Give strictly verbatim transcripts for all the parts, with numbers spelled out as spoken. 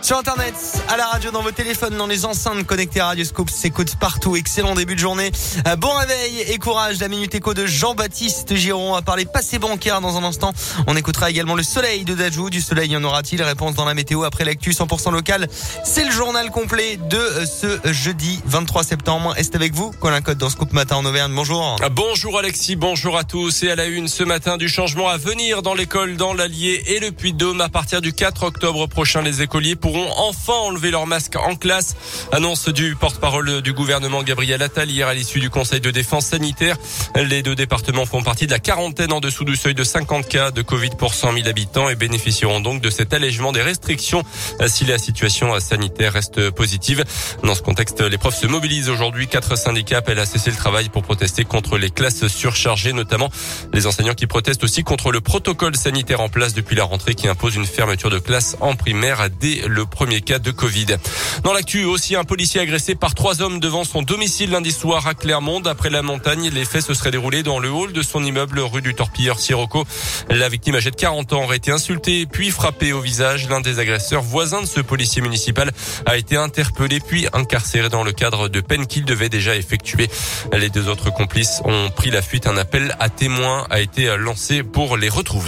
Sur Internet, à la radio, dans vos téléphones, dans les enceintes connectées à Radioscope, s'écoute partout. Excellent début de journée. Bon réveil et courage. La Minute Éco de Jean-Baptiste Giron a parlé passé bancaire dans un instant. On écoutera également le soleil de Dajou. Du soleil, y en aura-t-il? Réponse dans la météo après l'actu cent pour cent local. C'est le journal complet de ce jeudi vingt-trois septembre. Et c'est avec vous, Colin Cotte, dans Scoop Matin en Auvergne. Bonjour. Bonjour Alexis, bonjour à tous. Et à la une ce matin, du changement à venir dans l'école, dans l'Allier et le Puy-de-Dôme. À partir du quatre octobre prochain, les écoliers pourront enfin enlever leur masque en classe. Annonce du porte-parole du gouvernement Gabriel Attal hier à l'issue du conseil de défense sanitaire. Les deux départements font partie de la quarantaine en dessous du seuil de cinquante cas de Covid pour cent mille habitants et bénéficieront donc de cet allègement des restrictions si la situation sanitaire reste positive. Dans ce contexte, les profs se mobilisent aujourd'hui. Quatre syndicats appellent à cesser le travail pour protester contre les classes surchargées, notamment les enseignants qui protestent aussi contre le protocole sanitaire en place depuis la rentrée qui impose une fermeture de classe en primaire dès le premier cas de Covid. Dans l'actu aussi, un policier agressé par trois hommes devant son domicile lundi soir à Clermont. D'après La Montagne, les faits se seraient déroulés dans le hall de son immeuble rue du Torpilleur Sirocco. La victime âgée de quarante ans aurait été insultée puis frappée au visage. L'un des agresseurs, voisin de ce policier municipal, a été interpellé puis incarcéré dans le cadre de peines qu'il devait déjà effectuer. Les deux autres complices ont pris la fuite. Un appel à témoins a été lancé pour les retrouver.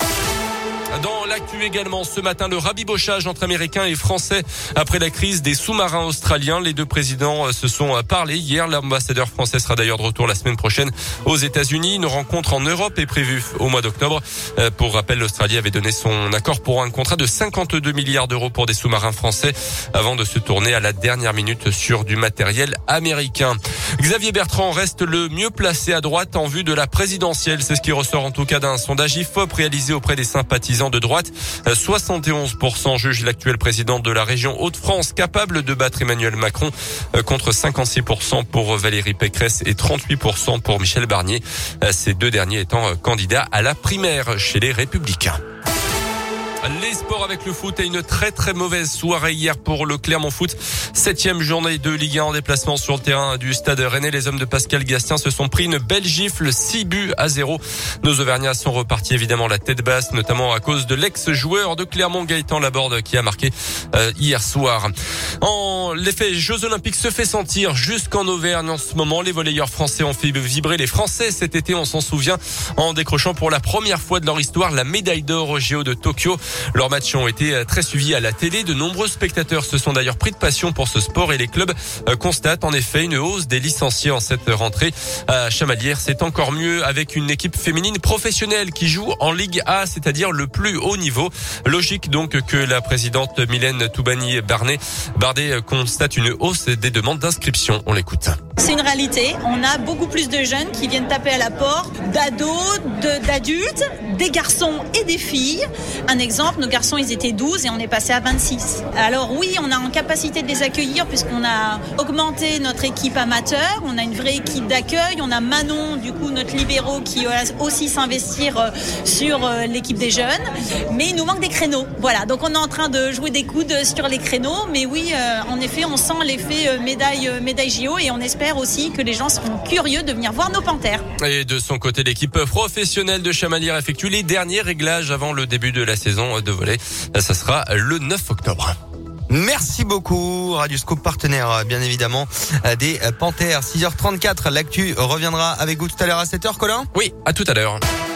Dans l'actu également, ce matin, le rabibochage entre Américains et Français après la crise des sous-marins australiens. Les deux présidents se sont parlé hier. L'ambassadeur français sera d'ailleurs de retour la semaine prochaine aux États-Unis. Une rencontre en Europe est prévue au mois d'octobre. Pour rappel, l'Australie avait donné son accord pour un contrat de cinquante-deux milliards d'euros pour des sous-marins français avant de se tourner à la dernière minute sur du matériel américain. Xavier Bertrand reste le mieux placé à droite en vue de la présidentielle. C'est ce qui ressort en tout cas d'un sondage I F O P réalisé auprès des sympathisants de droite. soixante et onze pour cent jugent l'actuel président de la région Hauts-de-France capable de battre Emmanuel Macron contre cinquante-six pour cent pour Valérie Pécresse et trente-huit pour cent pour Michel Barnier. Ces deux derniers étant candidats à la primaire chez les Républicains. Les sports avec le foot et une très très mauvaise soirée hier pour le Clermont Foot. Septième journée de Ligue un en déplacement sur le terrain du Stade Rennais. Les hommes de Pascal Gastien se sont pris une belle gifle, six buts à zéro. Nos Auvergnats sont repartis évidemment la tête basse, notamment à cause de l'ex-joueur de Clermont, Gaëtan Laborde, qui a marqué euh, hier soir. En l'effet Jeux Olympiques se fait sentir jusqu'en Auvergne en ce moment. Les volleyeurs français ont fait vibrer les Français cet été, on s'en souvient, en décrochant pour la première fois de leur histoire la médaille d'or aux J O de Tokyo. Leurs matchs ont été très suivis à la télé. De nombreux spectateurs se sont d'ailleurs pris de passion pour ce sport et les clubs constatent en effet une hausse des licenciés en cette rentrée. À Chamalières, c'est encore mieux avec une équipe féminine professionnelle qui joue en Ligue A, c'est-à-dire le plus haut niveau. Logique donc que la présidente Mylène Toubani-Bardet Bardet constate une hausse des demandes d'inscription. On l'écoute. C'est une réalité. On a beaucoup plus de jeunes qui viennent taper à la porte, d'ados, de, d'adultes, des garçons et des filles. Un exemple, nos garçons, ils étaient douze et on est passé à vingt-six. Alors oui, on a en capacité de les accueillir puisqu'on a augmenté notre équipe amateur. On a une vraie équipe d'accueil. On a Manon, du coup, notre libéraux, qui va aussi s'investir sur l'équipe des jeunes. Mais il nous manque des créneaux. Voilà, donc on est en train de jouer des coudes sur les créneaux. Mais oui, en effet, on sent l'effet médaille, médaille J O et on espère aussi que les gens seront curieux de venir voir nos panthères. Et de son côté, l'équipe professionnelle de Chamalières effectue les derniers réglages avant le début de la saison de volley. Ça sera le neuf octobre. Merci beaucoup. Radioscope, partenaire bien évidemment des Panthères. six heures trente-quatre, l'actu reviendra avec vous tout à l'heure à sept heures, Colin. Oui, à tout à l'heure.